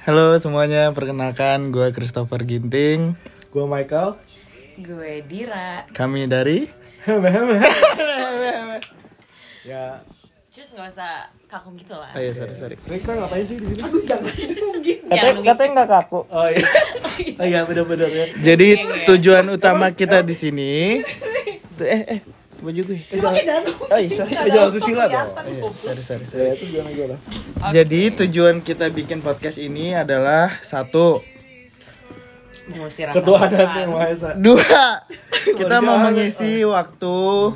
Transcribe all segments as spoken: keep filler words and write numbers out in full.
Halo semuanya, perkenalkan gue Christopher Ginting. Gue Michael. Gue Dira. Kami dari Ya. Just nggak usah kaku gitu lah. Oh iya, sorry sorry. Sering kan ngapain sih di sini? Aduh jangan mungkin. Katanya katanya nggak kaku. Oh iya. Oh iya benar-benar ya. Jadi tujuan utama kita di sini. Eh eh baju gue. Eh, jangan. Oh iya, sorry. Eh, jangan susila dong. Iya, sorry sorry sorry. Ya itu gimana gimana? Jadi tujuan kita bikin podcast ini adalah satu, Mengusir rasa Ketua dan bosan. Yang Maha Esa. dua, kita mau mengisi waktu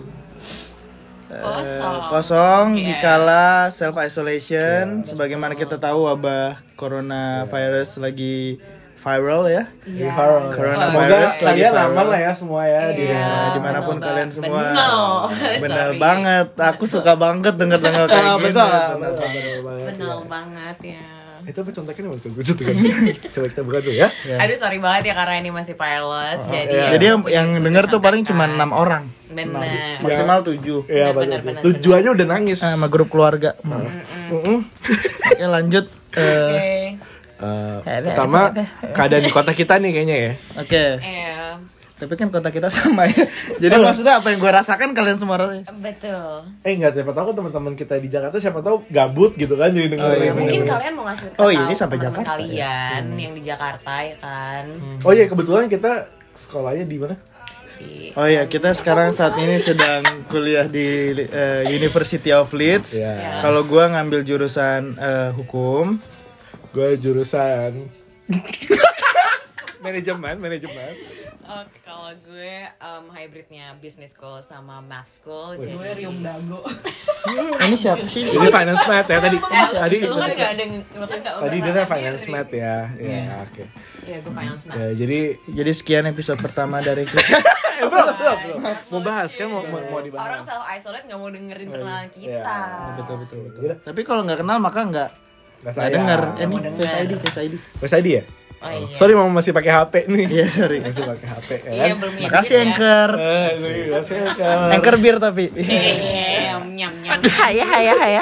eh, Kosong. kosong Iya. dikala self isolation. Sebagaimana kita tahu wabah coronavirus lagi viral ya. Di viral. Coronavirus Semoga lagi kalian viral. aman lah ya semua ya di Iya. rumah. Nah, dimanapun bener kalian banget. semua. Bener. Bener Sorry. banget. Aku suka banget denger-denger kayak Ah, gini. betul. Bener Benar banget. banget. Bener banget ya. Itu apa contekan apa contekan? Coba kita buka dulu ya. Ya. Aduh sorry banget ya karena ini masih pilot. jadi iya. Jadi yang, yang denger tuh paling cuma enam orang. Bener. Maksimal tujuh. Iya Benar, benar. benar, Tujuannya udah nangis. Ah, sama grup keluarga. Mm-mm. Oke lanjut. Eh, Oke. Eh, pertama keadaan di kota kita nih kayaknya ya. Oke. Eh, Tapi kan kota kita sama ya. Jadi maksudnya apa yang gue rasakan kalian semua rasain. betul. Eh enggak, siapa tahu teman-teman kita di Jakarta siapa tahu gabut gitu kan jadi dengerin. Oh, iya, Nah, mungkin bener-bener. kalian mau ngasih Oh, tahu ini sampai teman-teman Jakarta, kalian yang di Jakarta ya kan. Oh iya kebetulan kita sekolahnya di mana? Di- Oh iya, kita sekarang saat ini sedang kuliah di eh, University of Leeds. Iya. Kalau gue ngambil jurusan eh, hukum. Gue jurusan manajemen, manajemen. Oke, kalau gue um, hybridnya business school sama math school. Wih. Jadi gue Rium Dago. Ini siapa sih? Jadi finance math ya tadi. Tadi Lu kan nggak ada, lu kan nggak tadi dia udah finance makan math ya. Ya, oke. Iya, gue finance math. Ya, jadi Jadi sekian episode pertama dari kita. eh, belum, belum, belum. Mau bahas kan mau mau, mau Orang dibahas. self isolate nggak mau dengerin perkenalan kita. Iya, betul betul betul. Yaudah. Tapi kalau nggak kenal maka nggak Nggak nggak sayang. denger. Eh, Nggak ini mau denger. Face I D, Face I D. Mas Adi ya? Oh iya. Sorry mau masih pakai H P nih. Iya sorry. Masih pakai H P ya Iya, kan? belum punya Makasih duit ya. Anchor. Eh, sorry, masih kan. Anchor bir tapi. Eh, nyam nyam. Haya haya haya.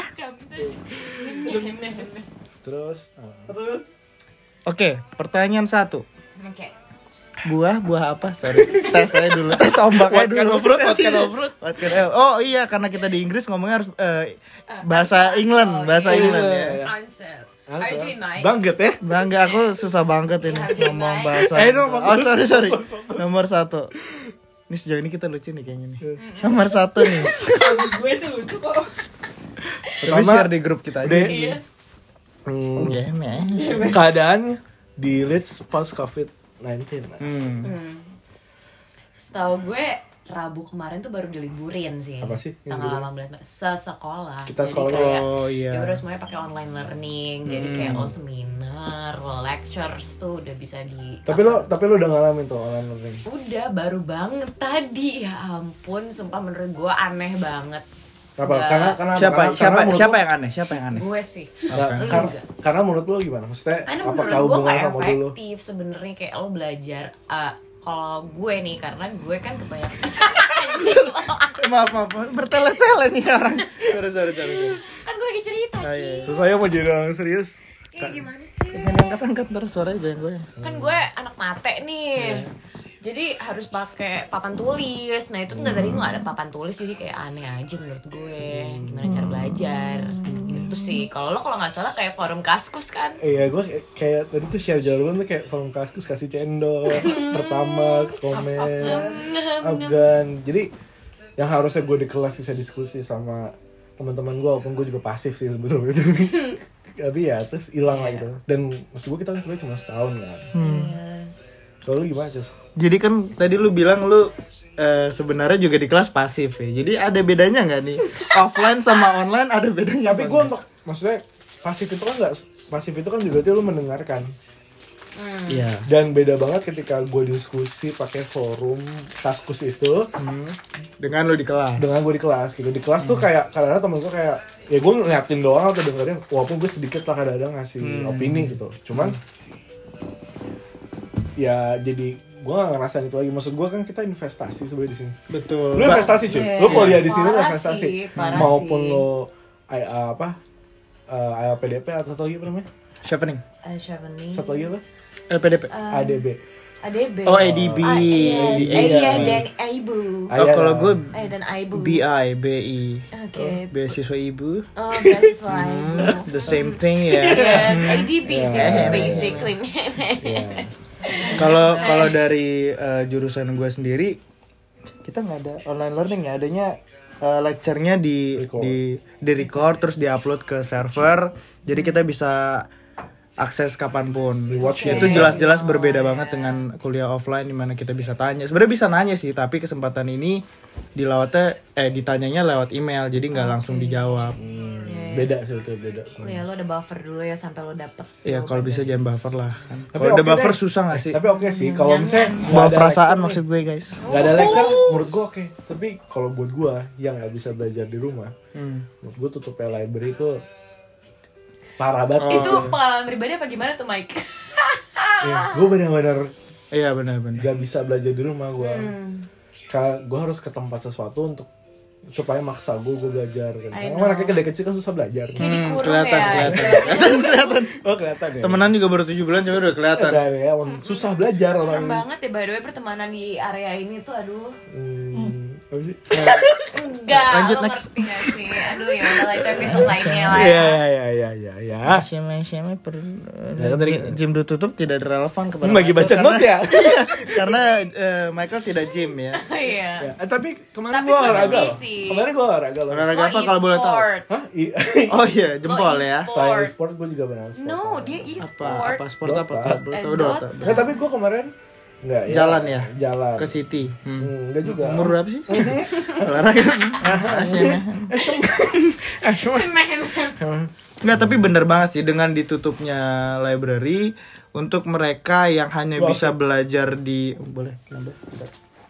Terus terus Oke, pertanyaan satu. Oke. Buah buah apa? Sorry. Tes saya dulu. Tes ombaknya What kind dulu. of fruit? What kind of fruit? What kind of- Oh iya, karena kita di Inggris ngomongnya harus eh, bahasa England, bahasa Iya. England ya. Answer. How are you doing, Mike? Bangget ya? Bangga, aku susah banget ini Iya, ngomong Mike. bahasa. Eh, no, Oh sorry sorry. Nomor satu. Ini sejauh ini kita lucu nih kayaknya nih. Nomor satu nih. Gue sih lucu kok. Tapi Pertama, share di grup kita aja. de- Iya. Hmm, Iya, nih. keadaan di Leeds post covid sembilan belas. Hmm. Hmm. Setahu gue Rabu kemarin tuh baru diliburin sih. Apa sih yang Tanggal diliburin? delapan belas sesekolah. Kita Jadi sekolah. kayak, Oh, iya. Ya udah semuanya pakai online learning. Jadi kayak lo seminar, lo lectures tuh udah bisa di. Tapi lo tapi lo udah ngalamin tuh online learning. Udah baru banget tadi, ya ampun, sumpah menurut gue aneh banget. Kenapa? Nggak- Karena karena Siapa karena, siapa karena menurut siapa lo- yang aneh? Siapa yang aneh? Gue sih. Nggak, Enggak. karena, karena menurut lo gimana? Maksudnya Karena apakah menurut gue hubungan gak sama dulu? efektif sebenarnya kayak lo belajar. Uh, kalau gue nih karena gue kan kebanyakan Maaf maaf, maaf. bertele-tele nih orang. Sorry sorry sorry. sorry. kan gue lagi cerita Ah, sih. iya. Terus saya mau jadi orang serius. Kayak gimana sih? Jangan angkat angkat terus suaranya goyang goyang. Kan gue anak mate nih. Jadi harus pakai papan tulis. Nah, itu enggak tadi gue gak ada papan tulis jadi kayak aneh aja menurut gue. Gimana cara belajar? Gitu sih. Kalau lo kalau nggak salah kayak forum Kaskus kan. Iya, gue kayak, kayak tadi tuh share jawaban tuh kayak forum Kaskus kasih cendol, Pertamax, komen, Afgan. Jadi yang harusnya gue di kelas bisa diskusi sama teman-teman gue, walaupun gue juga pasif sih sebetulnya. Tapi ya terus hilang lah gitu. Dan maksud gue kita kan kuliah cuma setahun kan. Kalau lu gimana Cus? Jadi kan tadi lu bilang lu eh, sebenarnya juga di kelas pasif ya. Jadi ada bedanya nggak nih? Offline sama online ada bedanya? Tapi apa gue nggak? untuk maksudnya pasif itu kan nggak pasif itu kan juga tuh lu mendengarkan. Iya. Dan beda banget ketika gue diskusi pakai forum Kaskus itu Dengan lu di kelas. dengan gue di kelas gitu. Di kelas tuh kayak kadang-kadang temen gue kayak ya gue ngeliatin doang atau dengerin walaupun gue sedikit lah kadang-kadang ngasih opini gitu. Cuman ya jadi gue gak ngerasain itu lagi. Maksud gue kan kita investasi sebenarnya di sini. Betul. Lu investasi cuy. Iya. Lu kuliah di sini lu Parah investasi. sih, parah Maupun sih. lo I, apa uh, I L P D P atau atau apa namanya? Chevening. Uh, Chevening. Satu lagi apa? L P D P. Um, A D B. A D B. Oh, A D B. Ah, yes. A D B. Eh, iya, Iya. dan Aibu. Oh, kalau gue Eh, dan Aibu. B I B I. Oke. Beasiswa ibu. Oh, beasiswa Aibu. The same thing ya. Yes, A D B sih Yeah. basically. Iya. Kalau kalau dari uh, jurusan gue sendiri, kita nggak ada online learning ya, adanya uh, lecture-nya di Record. di di record terus diupload ke server, jadi kita bisa akses kapanpun. Rewatch Itu jelas-jelas berbeda banget dengan kuliah offline di mana kita bisa tanya. Sebenarnya bisa nanya sih, tapi kesempatan ini dilawatnya eh ditanyanya lewat email, jadi nggak langsung dijawab. Hmm, beda sih itu beda. Ya lo ada buffer dulu ya sampai lo dapet. Ya kalau bisa jangan buffer lah. Kan. Tapi Kalau udah oke buffer deh. susah nggak sih? Tapi oke sih kalau misalnya nggak Bawa ada perasaan lecture maksud nih, gue guys. nggak ada lecture menurut gue oke. Tapi kalau buat gue yang nggak bisa belajar di rumah, Hmm. menurut gue tutupnya library itu parah banget. Oh. Itu pengalaman pribadi apa gimana tuh Mike? Ya, gue benar-benar Iya benar-benar. gak bisa belajar di rumah gue. Hmm. Gue harus ke tempat sesuatu untuk supaya maksa gue gue belajar kan. I Karena know. anaknya gede kecil kan susah belajar. Kayak Hmm, dikurung kelihatan, ya. kelihatan. istilahnya. kelihatan. Oh kelihatan ya. Temenan juga baru tujuh bulan coba udah kelihatan. Ada ya, emang susah belajar orang Serem ini. banget ya by the way pertemanan di area ini tuh aduh. Hmm, apa sih? Enggak. Lanjut, lo next. ngerti gak sih? Aduh ya udah lah itu episode lainnya lah ya. Iya iya iya iya iya. Siapa siapa per Ya, tadi- gym tutup tidak relevan kepada Hmm, lagi Michael baca karena- note ya. karena eh, Michael tidak gym ya. Iya. Ya, eh, tapi kemarin Tapi gue gue olahraga sedih loh. sih. Kemarin gue olahraga loh. Olahraga Lo apa kalau boleh tahu? e-sport. Hah? I- Oh iya jempol Lo ya. e-sport. Selain sport gue juga benar sport. No, dia Apa e-sport. apa sport Dota. apa? Kalau boleh tahu Eh, Dota. Dota. Nggak, tapi gue kemarin nggak Jalan ya? Jalan. Ke City. Hmm. Hmm, enggak juga. Umur berapa sih? Olahraga. Asyik. Enggak, tapi bener banget sih dengan ditutupnya library untuk mereka yang hanya Gua bisa belajar di boleh nambah. Bentar.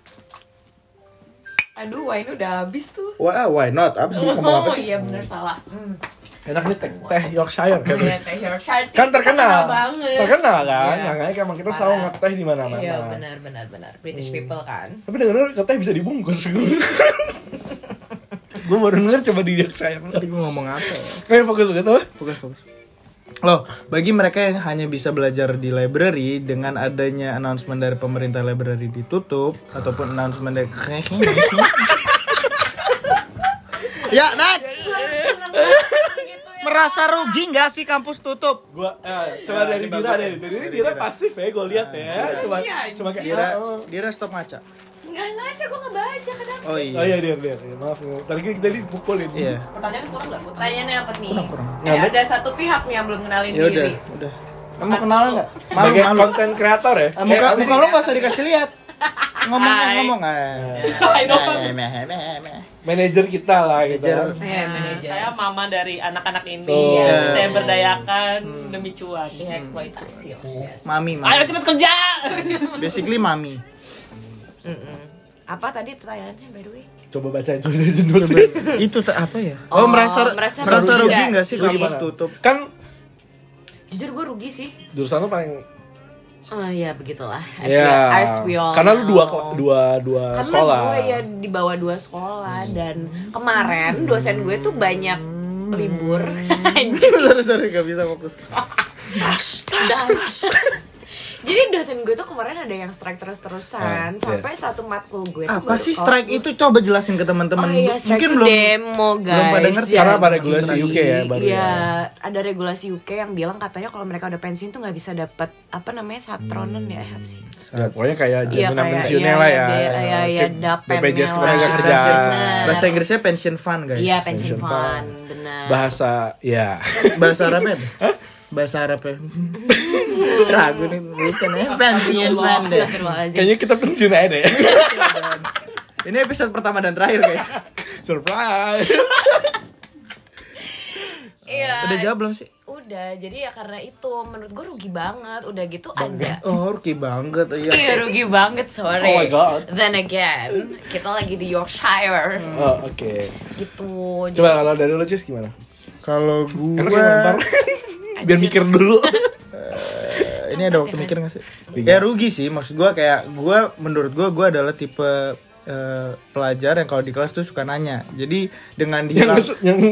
Aduh, wine udah habis tuh. Why, why not? Apa sih? Ngomong apa Oh sih? iya bener salah. Hmm. Enak nih teh, teh Yorkshire kan. Iya, teh Yorkshire. Kan terkenal. banget. Terkenal kan? Iya. Makanya emang kita selalu Parah. ngeteh di mana-mana. Iya, benar benar benar. British people kan. Tapi dengar ngeteh bisa dibungkus. Gue baru denger coba di Yorkshire. Tadi gue ngomong apa ya? Eh fokus fokus apa? Fokus, fokus. Loh, bagi mereka yang hanya bisa belajar di library dengan adanya announcement dari pemerintah library ditutup ataupun announcement dari Ya, next. Merasa rugi nggak sih kampus tutup? Gua eh, coba dari Dira deh. Dari Dira pasif ya, gue lihat ya. Cuma cuma kayak Dira, oh, oh. Dira stop ngaca. Enggak ngaca, gue ngebaca kenapa Oh sih? Oh iya. iya Dira, Dira. Maaf. Tadi kita dipukulin. Iya. Pertanyaan kurang nggak? Gue Pertanyaannya apa nih? Kurang, kurang. Eh, ada satu pihak nih yang belum kenalin Ya udah, diri. udah. Kamu kenal nggak? Malu, Sebagai malu. konten kreator ya. Eh, muka Eh, muka lo nggak usah dikasih lihat. Ngomong Hai. ngomong Hai dong. manajer kita lah gitu. Manajer. Iya, Nah, manajer. saya mama dari anak-anak ini. Oh. Ya, saya berdayakan demi cuan. Iya, eksploitasi. Yes. Mami, mami. Ayo cepet kerja. Basically mami. Mm-mm. Apa tadi pertanyaannya by the way? Coba bacain coba dari notes. Itu tak apa ya? Oh, Oh, merasa merasa merasa rugi rugi nggak? nggak sih Lu kampus gimana? tutup? Kan Jujur gue rugi sih. jurusan lu paling Oh ya begitulah. As, ya. we, as we all Karena lu dua know. dua dua Karena sekolah. gue ya di bawah dua sekolah dan kemarin dosen gue tuh banyak libur. Anjing. sorry sorry gak bisa fokus. Jadi dosen gue tuh kemarin ada yang strike Ah, terus-terusan sampai satu matkul gue tuh Apa baru sih kelas strike dua. itu? Coba jelasin ke teman-teman. Oh iya, strike Mungkin itu belum demo guys. belum pada ngerti. Jadi, Karena apa regulasi U K ya baru Iya, ya. ada regulasi U K yang bilang katanya kalau mereka udah pensiun tuh nggak bisa dapat apa namanya satronen ya apa sih? Ya, pokoknya kayak Iya, jaminan kayak- pensiunnya iya, lah iya, ya. iya, iya, iya, Kayak dapennya B P J S lah. ketenaga kerja. Benar. Bahasa Inggrisnya pension fund, guys. Iya, pension Pension fund, fund. benar. Bahasa ya. Bahasa Arabnya apa? Bahasa Arabnya. Ragu nih, bukan ya. Pension fund deh. Astagfirullahaladzim. Kayaknya kita pensiun aja deh. Ini episode pertama dan terakhir, guys. Surprise. Iya. Udah jawab belum sih? Udah, jadi ya karena itu menurut gue rugi banget. Udah gitu ada. Oh, rugi banget. Iya. Iya rugi banget, sorry. Oh my God. Then again, kita lagi di Yorkshire. Oh, oke. Gitu. Coba kalau dari lu Cis gimana? Kalau Enak gua ya lempar. Biar mikir dulu. Eh, ini ada waktu mikir gak sih? Ya rugi sih, maksud gue kayak gue menurut gue gue adalah tipe eh, pelajar yang kalau di kelas tuh suka nanya. Jadi dengan yang dihilang yang sulit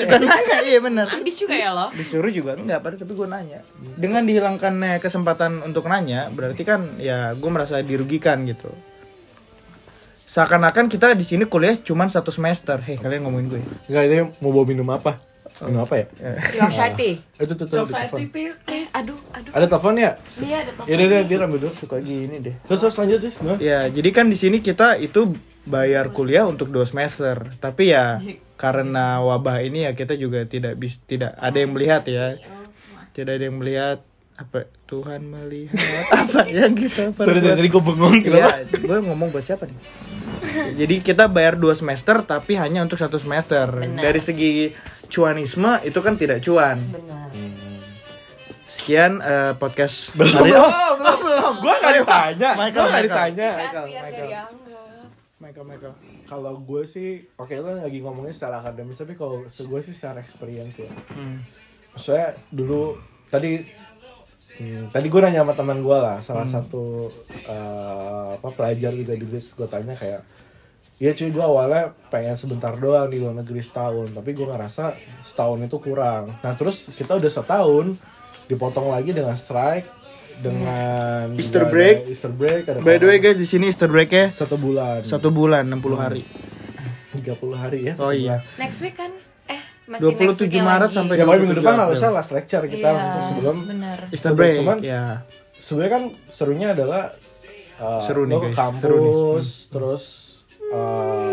Suka nanya, iya benar. Ambis juga ya lo. Disuruh juga enggak, padahal tapi gue nanya. Dengan dihilangkannya kesempatan untuk nanya, berarti kan ya gue merasa dirugikan gitu. Seakan-akan kita di sini kuliah cuma satu semester. Hei, kalian ngomongin gue. Enggak, ini mau bawa minum apa? Minum apa ya? York Sharty. Itu tuh tuh ada telepon. Eh, aduh, aduh. Ada telepon ya? Iya, ada telepon. Ya udah dia ambil dulu. Suka gini deh. Terus terus lanjut sih, gimana? Ya, jadi kan di sini kita itu bayar kuliah untuk dua semester. Tapi ya karena wabah ini ya kita juga tidak bis, tidak ada yang melihat ya. Tidak ada yang melihat apa Tuhan melihat apa yang kita Sorry, perbuat. tadi gue bengong Iya, gue ngomong buat siapa nih? Jadi kita bayar dua semester tapi hanya untuk satu semester. Benar. Dari segi cuanisme itu kan tidak cuan. Benar. Sekian eh, podcast Belum, hari- belum, Oh, belum, belum. Gue gak ditanya. Michael, Gue gak Michael. ditanya. Michael, Kasihan Michael. gak dianggap. Michael, Michael. Kalau gue sih, oke lo lagi ngomongin secara akademis, tapi kalau gue sih secara experience ya. Hmm. Maksudnya dulu tadi hmm, tadi gue nanya sama teman gue lah, salah Hmm. satu uh, apa pelajar juga di Greece, gue tanya kayak, iya cuy gue awalnya pengen sebentar doang di luar negeri setahun, tapi gue ngerasa setahun itu kurang. Nah terus kita udah setahun dipotong lagi dengan strike, dengan Easter juga ada break. Easter break. Ada By the way corona. guys, di sini Easter break-nya satu bulan, satu bulan enam puluh hari. tiga puluh hari ya. Oh satu iya. bulan. Next week kan? Eh, masih dua puluh next tujuh weeknya Maret lagi. sampai Ya pokoknya minggu depan dua puluh tujuh harusnya last lecture kita Iya, untuk sebelum benar. Easter break. Cuman ya. sebenarnya kan serunya adalah uh, Seru nih, lo ke guys. kampus Seru nih. terus uh,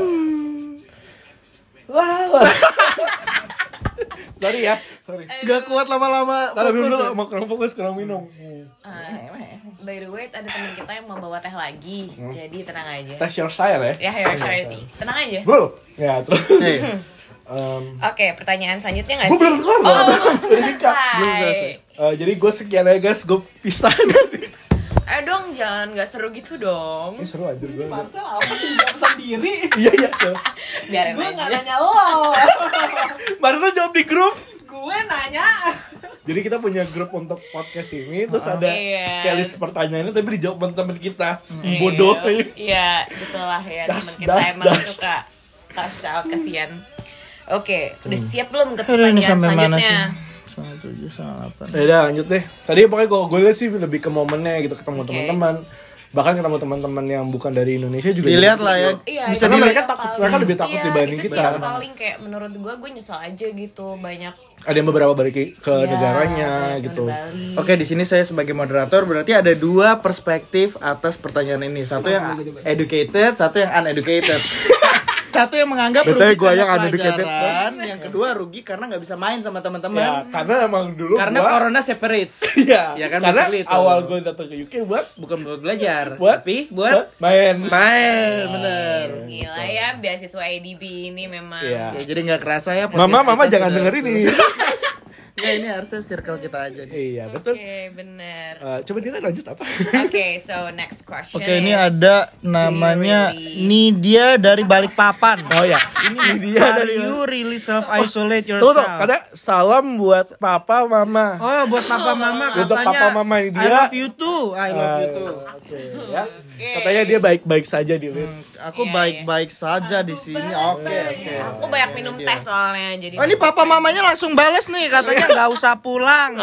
wah, wah. sorry ya sorry Gak kuat lama-lama. Taruh fokus dulu ya. mau kurang fokus kurang minum Uh, by the way, ada teman kita yang mau bawa teh lagi. Jadi tenang aja. test your style ya Ya, York Sharty. Tenang aja. bro ya terus Hey, um, Oke, pertanyaan selanjutnya nggak gue sih? belum kelar Oh, belum belum belum nikah belum selesai. selesai Uh, jadi gue sekian aja guys gue pisah Eh dong, jangan nggak seru gitu dong. ini seru aja gue Marcel apa sih jawab sendiri? iya iya Biarin Gue nggak aja. nanya lo. Marcel jawab di grup. Gue nanya. Jadi kita punya grup untuk podcast ini, terus ada Iya. kayak list pertanyaannya tapi dijawab teman-teman kita. Iya, Bodoh. Iya, gitulah ya. Das, Teman kita das, emang das. suka touch out, kasihan. Oke, udah siap belum ke aduh ini pertanyaan sampai mana sih? selanjutnya? Setengah tujuh, setengah delapan. Ya udah lanjut deh. Tadi pokoknya kalau gue lihat sih lebih ke momennya gitu, ketemu Oke. teman-teman. Bahkan ketemu teman-teman yang bukan dari Indonesia juga. Dilihat lah ya. Iya, Bisa itu dilihat. sih Mereka yang takut- paling- mereka lebih takut iya, dibanding itu sih kita. yang paling kayak menurut gue, gue nyesel aja gitu banyak. Ada yang beberapa balik ke ke Iya, negaranya banyak gitu. yang Bali. Oke, di sini saya sebagai moderator berarti ada dua perspektif atas pertanyaan ini. Satu yang educated, satu yang uneducated. Satu yang menganggap Betul, rugi gua karena yang uneducated. pelajaran, yang kedua rugi karena nggak bisa main sama Ya, teman-teman. karena emang dulu Karena gua, corona separates. Iya, Ya kan, karena basically itu. awal gue datang ke U K buat Bukan buat belajar, buat tapi buat main. main, bener. Gila ya, beasiswa A D B ini memang. Iya. Ya, jadi nggak kerasa ya. podcast Mama, mama kita jangan sudah denger ini. Ya ini harusnya circle kita aja nih. Iya, betul. Oke, bener. Eh, coba Dina lanjut apa? Oke, so next question. Oke, ini is, ada namanya Do you really- Nidia dari Balikpapan. Oh ya, ini dia Are dari you really self isolate Tuh, yourself? tuh, karena salam buat papa mama. Oh, buat papa mama katanya. Untuk papa mama ini I dia. love you too. I love you Ah, too. Oke, ya. Katanya dia baik-baik saja di Leeds. Aku Iya, baik-baik saja di sini. Oke, oke. Aku banyak minum teh soalnya jadi. Oh, ini papa mamanya langsung bales nih katanya nggak usah pulang.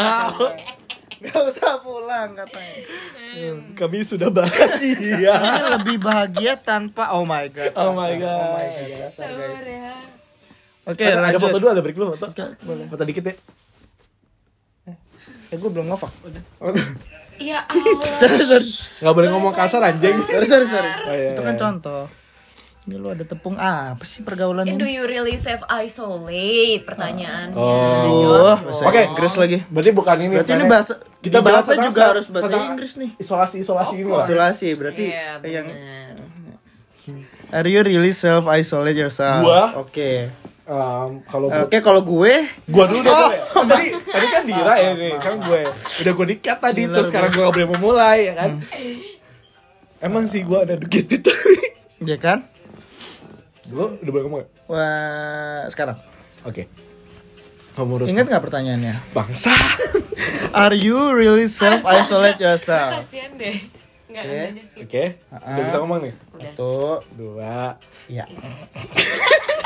Nggak usah pulang katanya. Kami sudah bahagia. Ini lebih bahagia tanpa oh my god. Oh my god. Oh my god. Dasar, guys. ya. Oke, ada, ada lanjut. foto dulu, ada break dulu, foto. Oke, boleh. Foto dikit ya. Eh, gue belum ngofak. Ya Allah. Sorry, sorry. Gak boleh ngomong kasar anjing. Sorry, sorry, sorry. Oh, iya, Itu kan iya. contoh. Ini lu ada tepung apa sih pergaulan Do ini? you really self isolate? Pertanyaannya. Oh. Aduh, bahasa Oke. Inggris lagi. Berarti bukan ini. Berarti ini bukannya- bahasa kita bahas dijawabnya tentang- juga harus bahasa tentang Inggris nih. Isolasi-isolasi ini lah. Isolasi berarti Iya, yang bener. are you really self isolate yourself? Gua? Oke. Um, kalau Oke, kalau gue gua dulu deh, Oh, gue. Tadi, tadi kan Dira ya nih, kan gue. Udah gue dikat tadi, Gila, terus sekarang gue gak boleh memulai, ya kan? Emang sih gue ada dikit itu. ya kan? Gue udah boleh ngomong gak? Wah, sekarang. Oke. Menurut Ingat nggak pertanyaannya? bangsa. Are you really self isolate yourself? Kasian deh. Enggak Oke. ada sih. Oke, udah bisa ngomong nih. Satu, Dua. ya.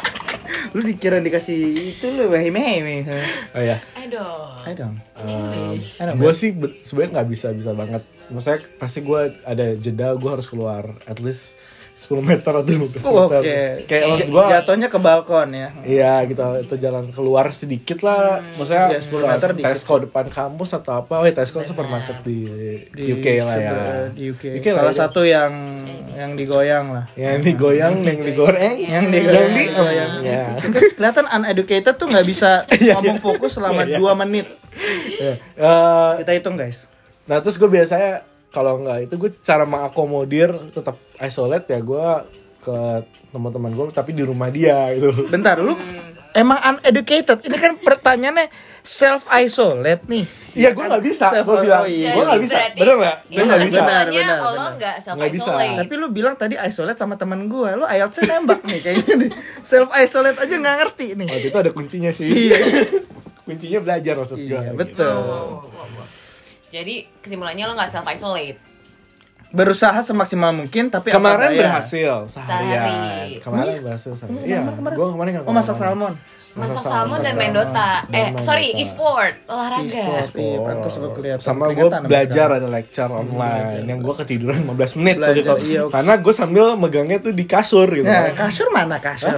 Lu dikira dikasih itu lu heme-heme. Oh ya. Aduh. Ayo dong. Um, Ayo dong. gue sih be- sebenarnya nggak bisa bisa banget. Maksudnya pasti gue ada jeda, gue harus keluar at least sepuluh meter atau lima belas Oh, meter. Oke. Kayak maksud gue, jatuhnya ke balkon ya. iya gitu, itu jalan keluar sedikit lah. Maksudnya Ya, sepuluh meter dikit. Tesco depan kampus atau apa? Oh, ya, Tesco supermarket di, Di U K lah ya. sebelah- Di U K. U K lah Salah ya. satu yang yang digoyang lah. Yang digoyang, yang digoreng, Yang digoyang, di digoyang. ya. Kelihatan uneducated tuh nggak bisa ngomong fokus selama Iya, iya. dua menit. Ya. Eh, Kita hitung guys. Nah terus gue biasanya kalau nggak itu gue cara mengakomodir tetap isolate ya gue ke teman-teman gue tapi di rumah dia gitu. Bentar lu emang uneducated. Ini kan pertanyaannya self isolate nih. Iya gue nggak bisa. Self- Gue bilang oh, iya. gue nggak bisa. Berarti- Bener nggak? Ya, Gue nggak bisa. benar, kesimpulannya benar, lo benar. nggak self Nggak bisa. isolate. Tapi lu bilang tadi isolate sama temen gue. Lu I E L T S nembak nih kayaknya nih. Self isolate aja nggak ngerti nih. Waktu itu ada kuncinya sih. Iya. Kuncinya belajar maksud gue. Iya, betul. Jadi kesimpulannya lo nggak self isolate. Berusaha semaksimal mungkin tapi Kemarin apa daya? berhasil seharian. Sehari. Kemarin berhasil seharian. Iya. kemarin? Gue kemarin nggak. Oh masak kemana-mana. salmon. Masak Masak salmon dan salmon. main Dota. Dan Eh, main sorry, Dota. e-sport, olahraga. E-sport. Iya, pantas lu kelihatan Sama gue peringatan sampai belajar sekarang. ada lecture online yang gue ketiduran lima belas menit Belajar, gitu. iya, oke. Karena gue sambil megangnya tuh di kasur gitu. Nah, kasur mana kasur?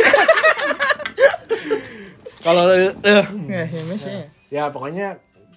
Kalau eh, Ya, ya, misalnya. ya pokoknya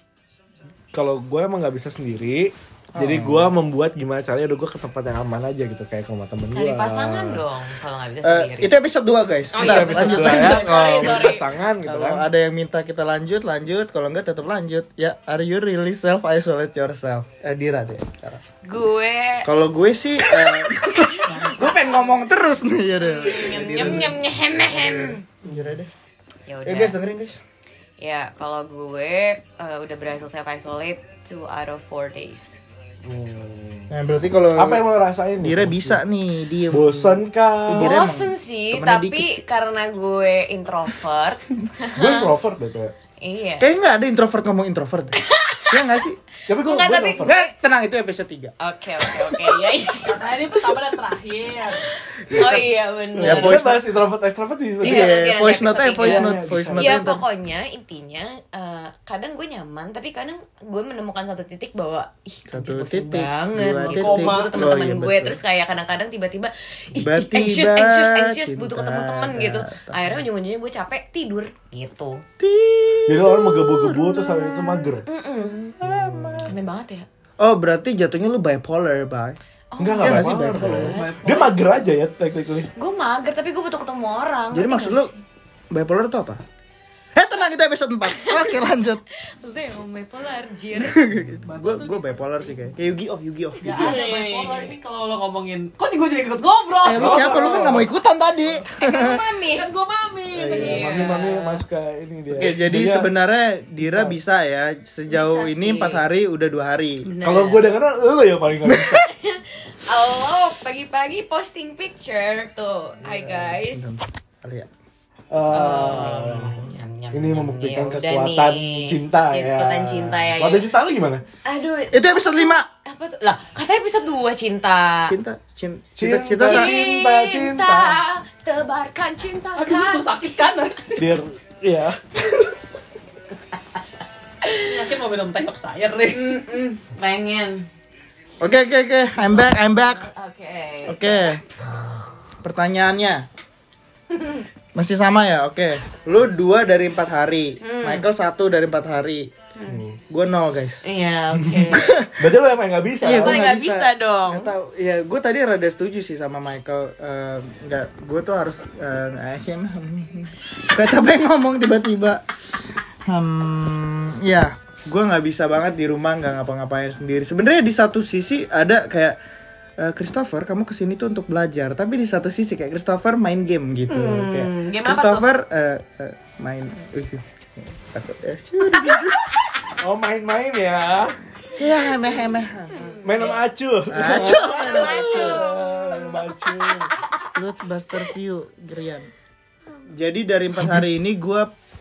kalau gue emang nggak bisa sendiri, jadi gue membuat gimana caranya udah gue ke tempat yang aman aja gitu kayak ke rumah temen gue. Cari pasangan dong kalau nggak bisa Eh, sendiri. itu episode dua guys. Oh, Bentar, iya, Episode lanjut, dua ya, lanjut. Sorry, kalau sorry. pasangan gitu Kalau kan. ada yang minta kita lanjut, lanjut. Kalau enggak tetap lanjut. Ya, are you really self isolate yourself? Eh, Dira deh sekarang. Gue Kalau gue sih, eh, gue pengen ngomong terus nih ya deh. nyem nyem nyem nyehem nyehem. Dira deh. Ya Ya udah. guys dengerin guys. Ya, kalau gue eh, udah berhasil self isolate two out of four days. Hmm. Nah berarti kalau Apa yang lo rasain? nih? Dira bisa nih diem. Bosan kah? Dira emang Bosen sih, temennya tapi dikit sih. karena gue introvert. Gue introvert betul. Iya. Kayaknya nggak ada introvert ngomong introvert. Ya nggak sih? Tapi gue Enggak, gue tapi- introvert. Enggak, tenang itu episode tiga. Oke, oke, oke. Ya, iya. Karena ini pertama dan terakhir. Oh iya benar. Ya, Kita voice bahas introvert extrovert di Iya, Iya, nanti voice ada note episode voice tiga. note, Iya, voice bisa. note. Ya ntar. pokoknya intinya eh, kadang gue nyaman tapi kadang gue menemukan satu titik bahwa ih Satu anjir, bosen titik, banget dua gitu. titik. Butuh teman-teman Oh, iya, gue betul. terus kayak kadang-kadang tiba-tiba ih, ih, Tiba-tiba anxious anxious anxious butuh cinta ketemu teman gitu. datang. Akhirnya ujung-ujungnya gue capek tidur gitu. Jadi orang menggebu-gebu terus hari itu mager. Aneh banget ya. Oh berarti jatuhnya lu bipolar, Bay. Oh, Enggak Iya enggak nggak sih, bipolar. bipolar? Dia mager aja ya technically. gue mager tapi gue butuh ketemu orang. Jadi ngerti maksud nggak lu sih? bipolar itu apa? Eh tenang itu episode empat. Oke lanjut. Maksudnya yang bipolar jir. Gue gue bipolar sih kayak. Kayak Yu-Gi-Oh, Yu-Gi-Oh. Gak ada bipolar ini kalau lo ngomongin. Kok gue jadi ikut ngobrol? Eh lu siapa lu kan nggak mau ikutan tadi. Mami. Kan gue mami. Iya. Mami mami masuk ke ini dia. Oke jadi Dia- sebenarnya Dira bisa ya sejauh Bisa ini sih. empat hari udah dua hari. Bener. kalau gue denger lu yang paling gak bisa. Halo, pagi-pagi posting picture tuh. Hai guys. Kali ya. Eh, Nyam, nyam, ini nyam. membuktikan Ya udah kekuatan nih. cinta ya. Kekuatan cinta ya. Kekuatan ya. cinta lu gimana? Aduh, Itu episode lima. apa tuh? Lah, katanya episode dua cinta. Cinta, cinta, cinta, cinta, Cinta. cinta. cinta. Tebarkan cinta Aduh, itu sakit kan? Biar ya. Yakin mau minum teh sayur nih. Mm-mm, pengen. Oke oke oke, I'm back, I'm back. Oke. Oke. Pertanyaannya masih sama ya? Oke. Lu dua dari empat hari, Michael satu dari empat hari. Gue nol guys. Iya, oke. Berarti lu emang gak bisa. Iya, Gue gua nggak bisa dong. Nggak tahu. Ya, gue tadi rada setuju sih sama Michael. Eh, nggak, gue tuh harus uh, action. Gak capek ngomong tiba-tiba. Hmm, ya, gue nggak bisa banget di rumah nggak ngapa-ngapain sendiri. Sebenarnya di satu sisi ada kayak eh, Christopher, kamu kesini tuh untuk belajar. Tapi di satu sisi kayak Christopher main game gitu. Hmm, Kayak game apa Christopher eh, eh, main. Uh, takut ya. Oh main-main ya. Ya, meh-meh. Main sama Acu. Acu. Main sama Acu. Blockbuster View, Gerian. Jadi dari empat hari ini gue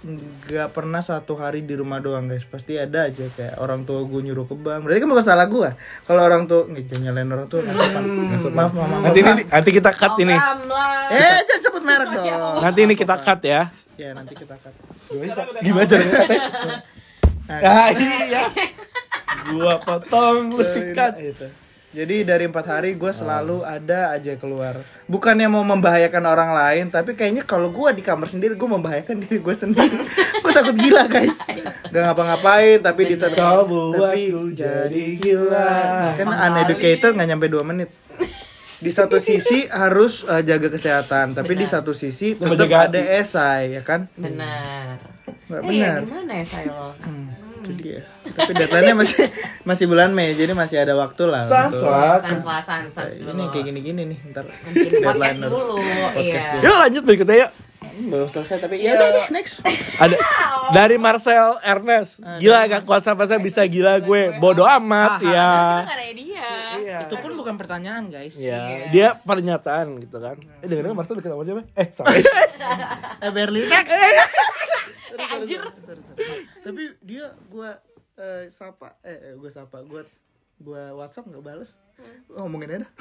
nggak pernah satu hari di rumah doang guys, pasti ada aja kayak orang tua gue nyuruh ke bank, berarti kan bukan salah gue. Kalau orang tua nggak jangan nyalain orang tua, nggak sopan. Maaf maaf maaf. Nanti ini nanti kita cut ini. Eh jangan sebut merek dong. Nanti ini kita cut ya. Ya nanti kita cut. Gimana caranya cutnya? Ah iya. Gua potong, lu sikat. Itu. Jadi dari empat hari gue selalu ada aja keluar. Bukannya mau membahayakan orang lain, tapi kayaknya kalau gue di kamar sendiri gue membahayakan diri gue sendiri. Gue takut gila guys. Gak ngapa-ngapain tapi ditetap. Tapi jadi gila. Kan uneducated nggak nyampe dua menit. Di satu sisi harus uh, jaga kesehatan, tapi benar. Di satu sisi tetap ada esai, ya kan? Benar. Nggak Eh, benar. gimana ya saya lo? Hmm, itu dia. Tapi deadline-nya masih masih bulan Mei, jadi masih ada waktu lah. Sans untuk- lah. Sans lah, sans, sans Ini dulu. kayak gini-gini nih, ntar Bikin podcast deadline dulu, Podcast iya. dulu. Yuk lanjut berikutnya yuk. Belum selesai tapi ya udah deh, next. Ada dari Marcel Ernest. Gila gak kuat sampai saya bisa gila gue. Bodoh amat Ah, ya. Kita nanya dia. Iya. Itu pun bukan pertanyaan, guys. Iya, dia pernyataan gitu kan. Eh dengerin Marcel deket sama siapa? Eh, sama. Eh, Berlin next. Eh, anjir. Sorry, sorry. Tapi dia gua eh, sapa eh eh, gua sapa, gua gua WhatsApp enggak balas. Ngomongin aja.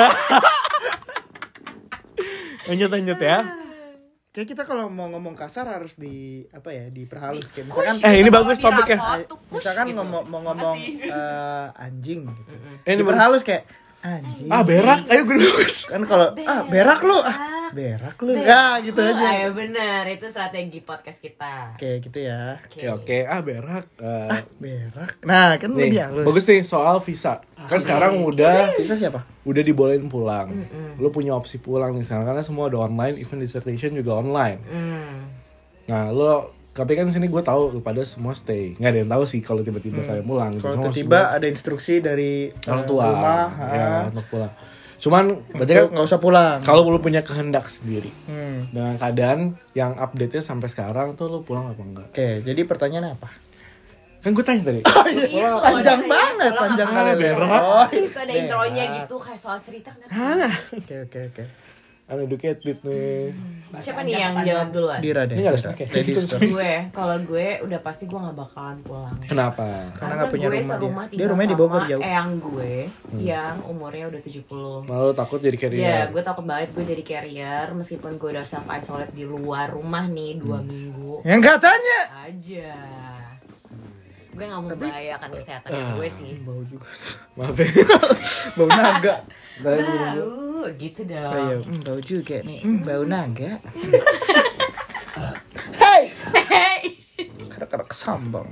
Lanjut lanjut ya. Kayak kita kalau mau ngomong kasar harus di apa ya, diperhalus kayak misalkan Eh ini bagus topiknya. misalkan ngomong mau ngomong eh, anjing gitu. Eh, ini Diperhalus kayak anjing. Ah berak, ayo gue bagus. Kan kalau ah berak lu, ah berak lu. Ya gitu aja. Ayo benar, itu strategi podcast kita. Kayak gitu ya. Ya oke, ah berak. Eh, Berak. Nah, kan nih, lebih halus. bagus nih soal visa. Kan sekarang udah Bisa siapa? udah dibolehin pulang. Lu punya opsi pulang nih sekarang karena semua udah online, even dissertation juga online. Hmm. Nah, lu tapi kan sini gue tahu lu pada semua stay. Nggak ada yang tahu sih kalau tiba-tiba kalian pulang. Kalau Cuma tiba-tiba semua ada instruksi dari orang eh, tua rumah, ya ah, untuk pulang. Cuman berarti kan nggak usah pulang. kalau lu punya kehendak sendiri Hmm. dengan keadaan yang update-nya sampai sekarang tuh lu pulang apa enggak? Oke, jadi pertanyaannya apa? Kan gue tanya tadi. Iya, Panjang kalau banget, ada- panjang kalau kali. Ah, berak. Oh, Itu ada intronya gitu kayak soal cerita kan? Oke, oke, oke. Uneducated nih. Siapa nih yang jawab duluan? Dira deh. Ini nggak ada Dira. snack ya? Ladies first. Gue, kalau gue udah pasti gue nggak bakalan pulang. Kenapa? Karena nggak punya gue rumah serumah dia. tinggal Dia rumahnya di Bogor, sama jauh. eyang gue yang umurnya udah tujuh puluh. Malu takut jadi Ya, carrier. gue takut banget gue jadi carrier meskipun gue udah self isolate di luar rumah nih dua minggu Yang katanya aja. Gue nggak mau membahayakan kesehatan gue sih. bau juga. Maaf ya. Bau naga. Bau gitu dong. Oh iya, hmm, bau juga nih. Hmm, bau naga. Hey, Hey. kadang-kadang kesambang.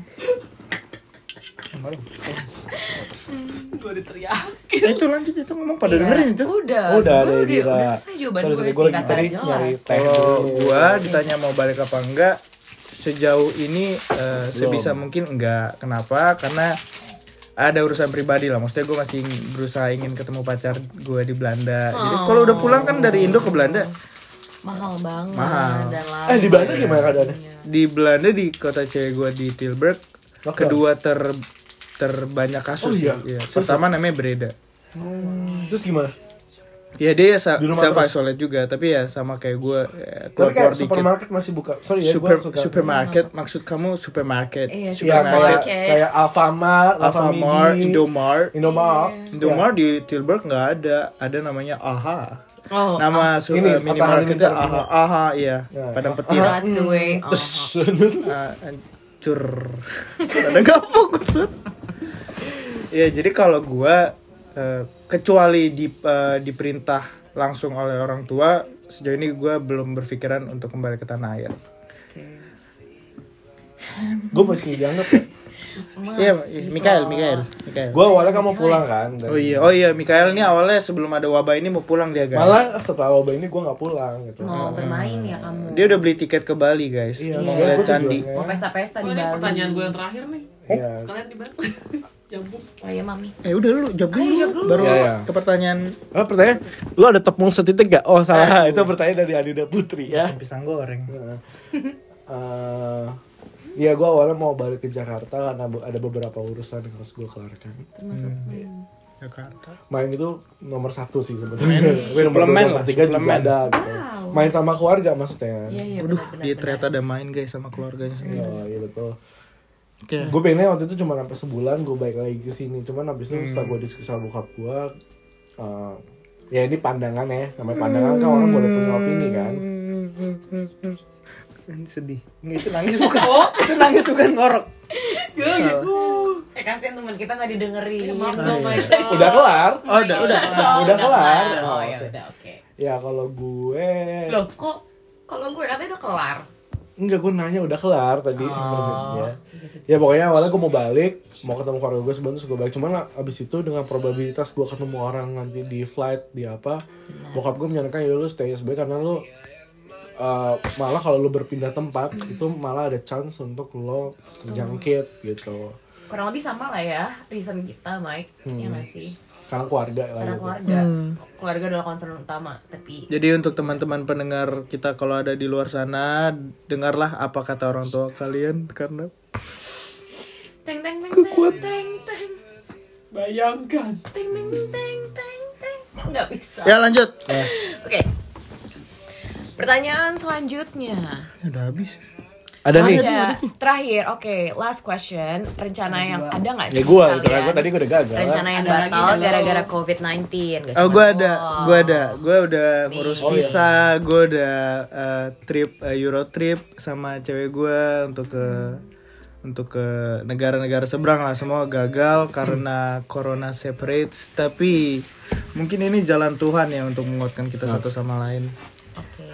Gue diteriak. Eh, itu lanjut itu ngomong pada dengerin itu. Udah. Udah ada udah, Dira. udah selesai jawaban Sorry, gue sorry, sih gue lagi kata tadi jelas. nyari teh. Kalau gua ditanya mau balik apa enggak, sejauh ini eh, sebisa mungkin enggak. Kenapa? Karena ada urusan pribadi lah. Maksudnya gue masih berusaha ingin ketemu pacar gue di Belanda. Jadi kalau udah pulang kan dari Indo ke Belanda, Mahal banget Mahal. dan lama. Eh di Belanda gimana keadaannya? di Belanda di kota cewek gue di Tilburg, Oke. kedua ter terbanyak kasus. Oh, iya? Iya. Pertama namanya Breda. Terus gimana? Ya dia sa- Di rumah self terus? isolate juga, tapi ya sama kayak gue eh, Tapi keluar kayak dikit. supermarket masih buka. Sorry ya, Super, gue suka. supermarket, maksud kamu supermarket? Iya, Ya supermarket, kayak kayak Alfamart, Alfamart, Alfamidi, Indomart. Indomart. Indomart di Tilburg nggak ada, ada namanya Aha. Oh, Nama su- ini, eh, minimarketnya Apa Aha, Aha, iya, Ya. Padang Petir. that's the way. Oh. Ah, hancur. Ada nggak fokus? Ya jadi kalau gua eh, kecuali di eh, diperintah langsung oleh orang tua, sejauh ini gua belum berpikiran untuk kembali ke tanah air. Gue masih dianggap ya. Iya, Mikael, Mikael, Mikael. Gue awalnya kan mau pulang kan. dan- Oh iya, oh iya, Mikael ini awalnya sebelum ada wabah ini mau pulang dia guys. Malah setelah wabah ini gue nggak pulang gitu. Mau bermain ya kamu. Dia udah beli tiket ke Bali guys, Iya, mau soalnya ngeliat gua candi. tujuannya- Mau pesta-pesta Oh, di ini Bali. pertanyaan gue yang terakhir nih. Iya. Sekalian dibahas. Jambung. Oh iya mami. Eh udah lu jawab dulu, jawab dulu. baru Iya, iya. ke pertanyaan Oh pertanyaan, lu ada tepung setitik gak? Oh salah, itu pertanyaan dari Adida Putri ya. pisang goreng. Eh, Iya gue awalnya mau balik ke Jakarta karena be- ada beberapa urusan yang harus gue kelarkan. Termasuk Iya. Jakarta. Main itu nomor satu sih sebetulnya. Tapi nomor suplemen dua, nomor lah, tiga juga suplemen. ada gitu. Wow. Main sama keluarga maksudnya. Iya iya Waduh, benar-benar. dia ternyata ada main guys sama keluarganya sendiri. Iya, iya betul. Oke. Gue pengennya waktu itu cuma sampai sebulan gue balik lagi ke sini. Cuman abis itu Hmm. setelah gue diskusi sama bokap gue, uh, ya ini pandangan ya. Namanya pandangan kan orang boleh punya opini kan. Ini sedih. Nggak, itu nangis bukan. Itu nangis bukan ngorok. Ya gitu. Eh kasihan teman kita nggak didengerin. Maaf Oh, dong, iya. Maisha. Udah kelar. Oh, udah, udah. Udah kelar. Oh, Oh, ya oke. udah oke. Ya kalau gue, Loh kok kalau gue katanya udah kelar. enggak, gue nanya udah kelar tadi. Oh. maksudnya. Ya pokoknya awalnya gue mau balik, mau ketemu keluarga gue sebelum terus gue balik. Cuman abis itu dengan probabilitas gue ketemu orang nanti di flight di apa, bokap gue menyarankan ya lu stay S B karena lu uh, malah kalau lu berpindah tempat itu malah ada chance untuk lo terjangkit gitu. Kurang lebih sama lah ya reason kita, Mike. Hmm. Ya nggak sih? Karena keluarga lah. Karena gitu. keluarga. Hmm. Keluarga adalah concern utama, tapi Jadi untuk teman-teman pendengar kita kalau ada di luar sana, dengarlah apa kata orang tua kalian karena teng teng teng Kekuat. teng teng Bayangkan. teng teng teng teng teng nggak bisa. ya lanjut. Oke. Pertanyaan selanjutnya. Udah habis. Ada nih. Ada. Terakhir, oke, last question. Rencana yang ada nggak Ya sih gue, kalian? karena gue tadi gue udah gagal. Rencana yang Ada lagi, batal halo. gara-gara covid sembilan belas. Gak Oh, cuma gue ada, lo. gue ada, gue udah ngurus Oh, iya. visa, gue udah uh, trip uh, Euro trip sama cewek gue untuk ke untuk ke negara-negara seberang lah. Semua gagal karena corona separates. Tapi mungkin ini jalan Tuhan ya untuk menguatkan kita satu sama lain. Oke.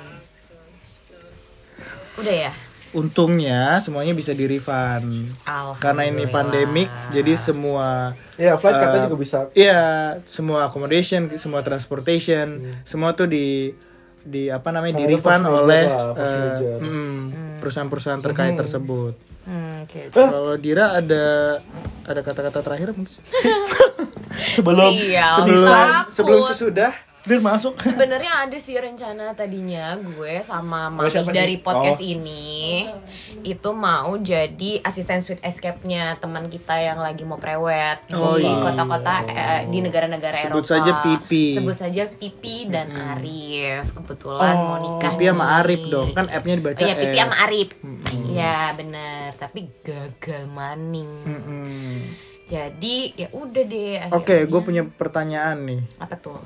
Udah ya? Untungnya semuanya bisa di refund karena ini Alhamdulillah. pandemik. Jadi semua Ya flight katanya uh, juga bisa. Iya, semua accommodation, semua transportation, semua tuh di di apa namanya di Karena ada refund force oleh major lah, force eh, major. mm, perusahaan-perusahaan terkait tersebut. Hmm, oke. Kalau Dira ada ada kata-kata terakhir mungkin? Sebelum Sial, sebelum takut. sebelum sesudah Dir masuk. Sebenarnya ada sih rencana tadinya gue sama Mami siapa sih? dari podcast Oh. ini itu mau jadi asisten Sweet Escape-nya teman kita yang lagi mau prewed Oh, di iya. kota-kota eh, di negara-negara Sebut Eropa. saja Pipi. Sebut saja Pipi dan Arif. Kebetulan mau nikah. Pipi sama nih. Arif dong, kan app-nya dibaca Oh, iya, Pipi F. sama Arif. Iya, bener. Tapi gagal maning. Mm-mm. Jadi ya udah deh. Oke, akhirnya. gue punya pertanyaan nih. Apa tuh?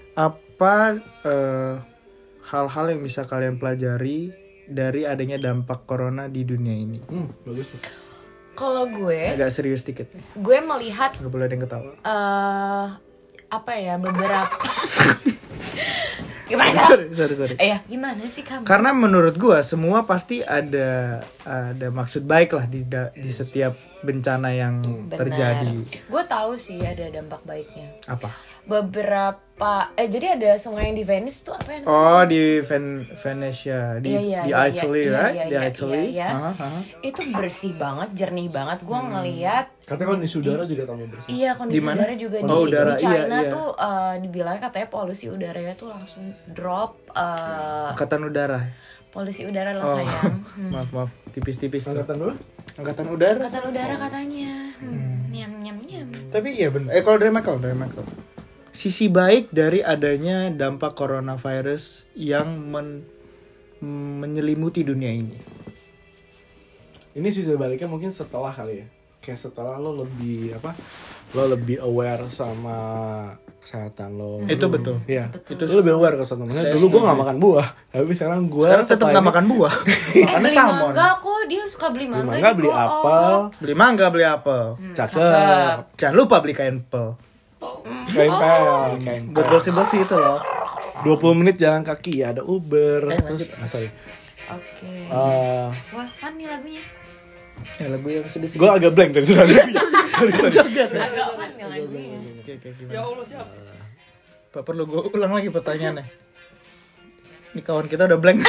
Apa eh, hal-hal yang bisa kalian pelajari dari adanya dampak corona di dunia ini? Hmm, bagus tuh. Kalau gue, Agak serius dikit. gue melihat Gak boleh ada yang ketawa. eh apa ya beberapa gimana sih? sorry, sorry, sorry. Eh ya gimana sih kamu? Karena menurut gua semua pasti ada ada maksud baik lah di da- di setiap bencana yang Benar. terjadi. Gue tahu sih ada dampak baiknya. Apa? Beberapa eh jadi ada sungai yang di Venice tuh apa ya? Oh, di Ven- Venetia, di Iya, iya, di iya, Italy, iya, right? iya, Di iya, Italy. iya, yes. Aha, aha. Itu bersih banget, jernih banget. Gue Hmm. ngeliat Katanya kondisi udara juga tambah bersih. iya kondisi Di mana? udara juga Oh, di, udara, di China iya, iya. tuh eh, dibilang katanya polusi udaranya tuh langsung drop. eh, Angkatan udara. polusi udara lah Oh, sayang. Hmm. maaf maaf, tipis-tipis tuh. Angkatan dulu? Angkatan udara. Angkatan udara katanya. Hmm. Nyam nyam nyam. Tapi iya benar. Eh kalau dari Michael, dari Michael. Sisi baik dari adanya dampak coronavirus yang men- menyelimuti dunia ini. Ini sisi baliknya mungkin setelah kali ya. Kayak setelah lo lebih apa? Lo lebih aware sama kesehatan lo. Itu betul. Iya. Betul. Itu lo lebih aware kesehatan. Saya Dulu gue setuju. gak makan buah, tapi sekarang gue Sekarang tetap nggak makan buah. Eh Makannya beli salmon. mangga kok, dia suka beli Beli mangga. mangga, di beli co-op. apel, Beli mangga, beli apel. cakep, Jangan lupa beli kain pel. kain pel, kain Buat pel. bersih-bersih itu loh. dua puluh menit jalan kaki ya, ada Uber. Eh, Terus, ah, sorry. Oke. Eh, Wah, kan nih lagunya. Ya lagu yang sedih-sedih. gue agak blank tadi sudah. Sorry, sorry. Joget ya. Agak kan nih lagunya. Oke, oke, Ya gimana? Allah siap. Pak, perlu gue ulang lagi pertanyaannya. Ini kawan kita udah blank.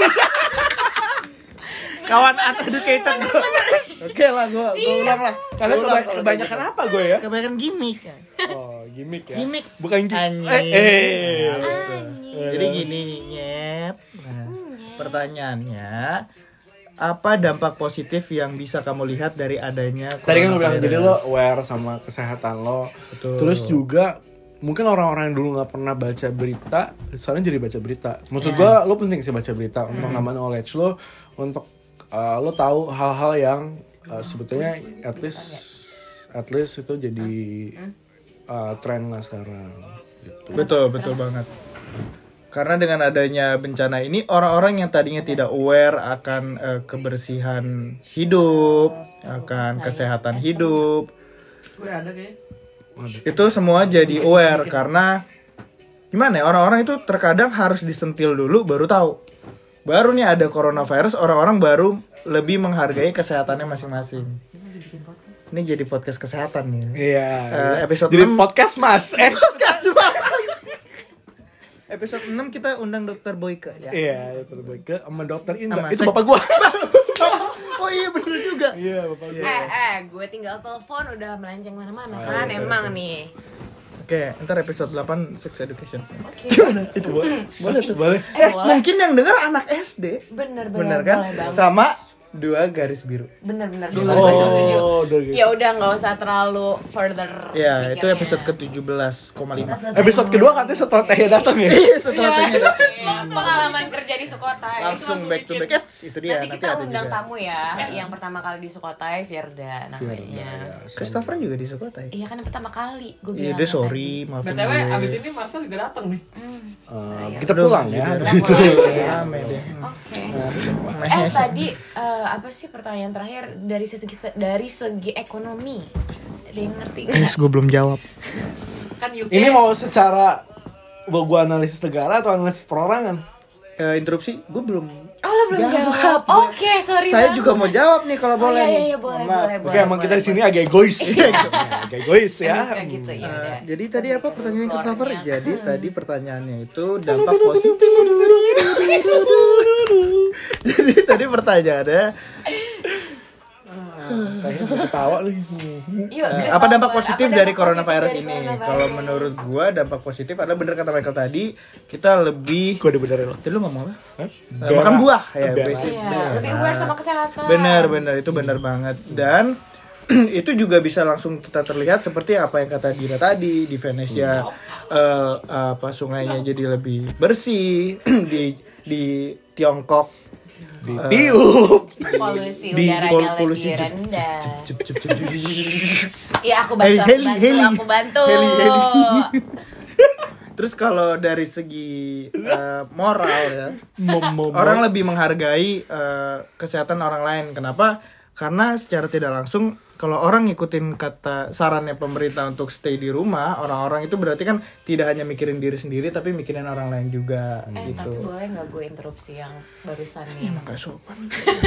Kawan uneducated gue. Oke lah, gue gue ulang lah. Karena Gua ulang keba- kalau kebanyakan kayak apa gue ya? gitu. Kebanyakan gimmick. Oh, gimmick ya. Gimmick. Bukan gimmick. Anjing. Eh, eh. Halus tuh. Jadi gini, nyet. Nah, pertanyaannya apa dampak positif yang bisa kamu lihat dari adanya Tadi kan gue bilang jadi lo coronavirus? aware sama kesehatan lo. Betul. Terus juga mungkin orang-orang yang dulu nggak pernah baca berita, sekarang jadi baca berita. Maksud gue, lo penting sih baca berita untuk nambah knowledge lo, untuk uh, lo tahu hal-hal yang uh, sebetulnya at least at least itu jadi uh, tren lah sekarang. Gitu. Betul, betul banget. Karena dengan adanya bencana ini, orang-orang yang tadinya tidak aware akan eh, kebersihan hidup, akan kesehatan hidup, Gue ada kayaknya. itu semua jadi aware. Karena gimana ya, orang-orang itu terkadang harus disentil dulu baru tahu. Baru nih ada coronavirus, orang-orang baru lebih menghargai kesehatannya masing-masing. Ini jadi podcast kesehatan nih. Iya. Eh, episode jadi enam. podcast mas. Eh. Episode enam kita undang dokter Boyke ya. Iya, dokter Boyke sama dokter Indra. Sama Itu sek- bapak gua. Oh iya bener juga. Iya, bapak gua. Eh, eh, gue tinggal telepon udah melenceng mana-mana Oh, kan, iya, emang sorry, nih. Oke, ntar episode delapan Sex Education. Oke. Gimana? Itu boleh. Boleh tuh, boleh. Eh, Eh, boleh. mungkin yang dengar anak S D. Bener, bener, Bener kan? boleh banget. Sama dua garis biru. Bener, bener, Oh, gue setuju. udah gitu. Ya udah nggak usah terlalu further. Ya, itu pikirnya. episode ke tujuh belas koma lima. Kita selesai Episode kedua katanya setelah Teh datang ya. Iya, setelah tanya pengalaman kerja di Sukotai. langsung back to back. Eits, itu dia. Nanti Nanti kita ada undang juga. tamu ya, yang pertama kali di Sukotai, Firda namanya. Christopher juga di Sukotai. Iya kan yang pertama kali, gue Iya, bilang. dia sorry, maafin B T W gue. abis ini Marcel juga datang nih. Eh, kita pulang ya. Udah, Gitu. udah rame deh. Oke. Nah, Eh tadi eh, apa sih pertanyaan terakhir dari segi dari segi ekonomi? Ada yang ngerti nggak? Yes, gue belum jawab. Kan U K. Ini mau secara mau gua analisis negara atau analisis perorangan? Eh, interupsi, gue belum. Oh lo belum jawab. Oke, sorry Saya banget. juga mau jawab nih kalau Oh, boleh iya, iya, nih. iya, boleh, Mohon maaf. boleh, Oke, emang kita di sini agak egois. Agak egois ya. Emang suka gitu ya. Eh, udah. jadi tadi apa pertanyaan Christopher? Keluarnya. Jadi tadi pertanyaannya itu dampak positif. Jadi tadi pertanyaannya Kayaknya ketawa lagi. Yuk, eh, Chris, apa dampak apa positif dampak dari positif coronavirus dari ini? coronavirus? Kalau menurut gua dampak positif adalah bener kata Michael tadi, kita lebih Gua udah benerin lo. Tadi lu ngomong apa? Hah? Eh, makan buah ya, Bela. basic. Iya, lebih aware sama kesehatan. Benar, benar itu benar banget. Dan itu juga bisa langsung kita terlihat seperti apa yang kata Dira tadi di Venesia, eh, apa sungainya jadi lebih bersih di di Tiongkok Ditiup. Polusi di udaranya polusi lebih rendah. Cep, cep, cep, cep, cep, cep. Iya, aku bantu, aku Heli, bantu, heli. aku bantu. Heli, heli. Terus kalau dari segi eh, moral ya, orang lebih menghargai eh, kesehatan orang lain. Kenapa? Karena secara tidak langsung kalau orang ngikutin kata sarannya pemerintah untuk stay di rumah, orang-orang itu berarti kan tidak hanya mikirin diri sendiri tapi mikirin orang lain juga Eh, gitu. tapi boleh nggak gue interupsi yang barusan nih? Emang gak sopan.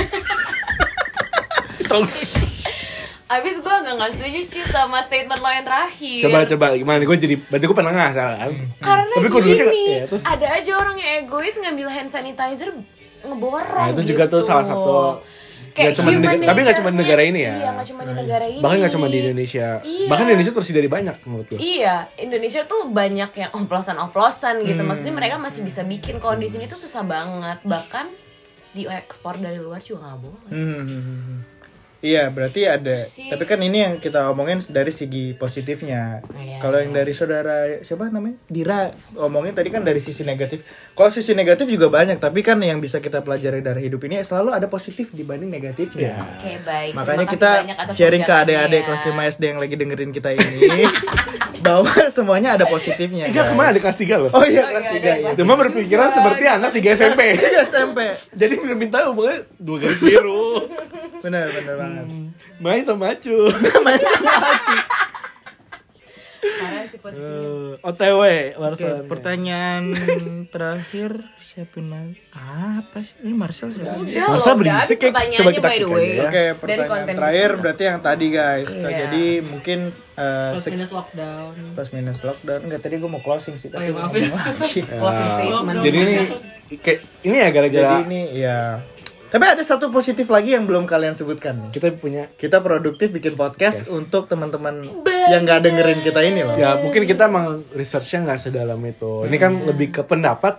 Abis gue agak nggak setuju Ci sama statement lo yang terakhir. Coba coba gimana? Gue jadi berarti gue penengah kan. Karena Tapi gua dulu kayak- gini, ya, terus- ada aja orang yang egois ngambil hand sanitizer ngeborong. Nah, itu juga gitu. tuh salah satu- Kayak Nggak cuma di human nega- tapi nggak cuma di nature-nya. negara ini ya. Iya, nggak cuma di negara ini. Bahkan nggak cuma di Indonesia. Iya. Bahkan di Indonesia terus dari banyak menurut gue. Iya, Indonesia tuh banyak yang oplosan-oplosan gitu. Hmm. Maksudnya mereka masih bisa bikin. Kalau di sini tuh susah banget. Bahkan diekspor dari luar juga nggak boleh. Hmm. Iya, berarti ada. Itu sih. Tapi kan ini yang kita omongin dari segi positifnya. Iya, Kalau yang dari saudara siapa namanya? Dira omongin tadi kan dari sisi negatif. Kalau sisi negatif juga banyak, tapi kan yang bisa kita pelajari dari hidup ini selalu ada positif dibanding negatifnya. Iya. Oke, baik. Makanya Terima kita kasih banyak atas sharing ke perbincangannya adik-adik ya. kelas lima S D yang lagi dengerin kita ini bahwa semuanya ada positifnya. Enggak, guys. kemana di kelas tiga loh. Oh iya Oh kelas iya, tiga ada ya. kelas Cuma berpikiran seperti anak tiga S M P. Tiga S M P. Jadi minta hubungannya dua garis biru. Benar benar banget. Main sama acu. Main sama Aci. Parah sih posisinya. Eh, O T W Oke, Marcel. pertanyaan terakhir siapa lagi? Apa sih? Ini Marcel siapa? sih? Udah Masa loh, udah berisik habis kayak- pertanyaannya, coba kita by the kick way. aja ya. Oke, Dari pertanyaan konten terakhir kita. berarti yang tadi guys. Iya. Jadi mungkin eh, Plus sek- minus lockdown. plus minus lockdown. Enggak, tadi gue mau closing sih. Oh, Tapi iya, gua maaf ngomong ya. lagi. Closing statement. Jadi ini kayak ini ya gara-gara Jadi ini ya. Tapi ada satu positif lagi yang belum kalian sebutkan nih. kita punya Kita produktif bikin podcast untuk teman-teman yang nggak dengerin kita ini loh. ya mungkin kita emang researchnya nggak sedalam itu. Ini kan lebih ke pendapat lah.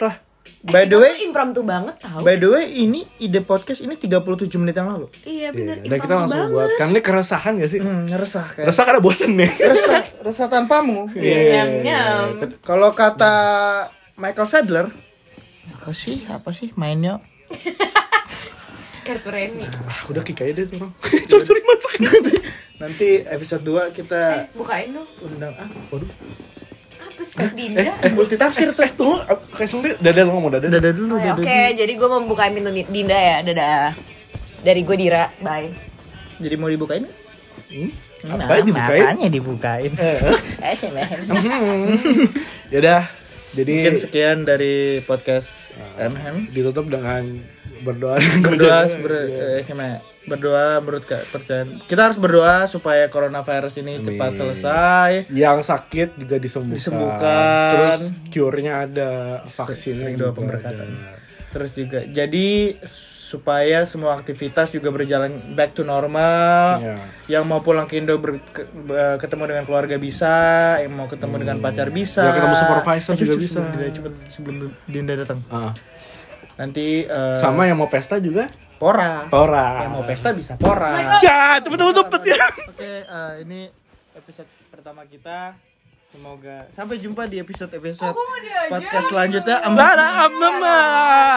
By the way, impromptu banget tau. By the way, ini ide podcast ini tiga puluh tujuh menit yang lalu. Iya benar. Iya, dan kita langsung buat. Kan ini keresahan gak sih? Hmm, resah kayak. Resah karena bosen nih. Resah, resah tanpamu. Iya. Nyam-nyam. Kalau kata Michael Sadler, apa sih? Apa sih mainnya? Kartu Reni. Ah, udah kick aja deh tuh orang. Sorry sorry masak. nanti, nanti episode dua kita Eh, bukain dong. undang ah, waduh. Apa sih Dinda? Eh, multi tafsir tuh. Eh tunggu, kayak sendiri. Dadah lo ngomong dadah. Dadah dulu, Oh, ya, dadah Oke, jadi gue mau bukain pintu Dinda ya. Dadah. Dari gue Dira. Bye. dulu. Jadi mau dibukain? Hmm? Nah, Apa dibukain? apanya dibukain? Eh, Yaudah. Jadi Mungkin sekian dari podcast M M. ditutup dengan berdoa. Berdoa ber, eh, gimana? Berdoa menurut Kak percaya. Kita harus berdoa supaya coronavirus ini Amin. cepat selesai. Yang sakit juga disembuhkan. Disembuhkan. Terus cure-nya ada, vaksinnya Sering juga doa pemberkatan. ada. Terus juga jadi supaya semua aktivitas juga berjalan back to normal. Iya. Yang mau pulang ke Indo ber, ke- be- ketemu dengan keluarga bisa, yang mau ketemu dengan pacar bisa. Ya, ketemu supervisor Eh, juga cepet, bisa. Sebelum Dinda, cepet, sebelum Dinda datang. Ah. Nanti eh, Sama yang mau pesta juga pora. Tora. Yang mau pesta bisa pora. Ya, cepet cepet cepet ya. Oke, eh, ini episode pertama kita. Semoga sampai jumpa di episode-episode podcast selanjutnya. Dadah, am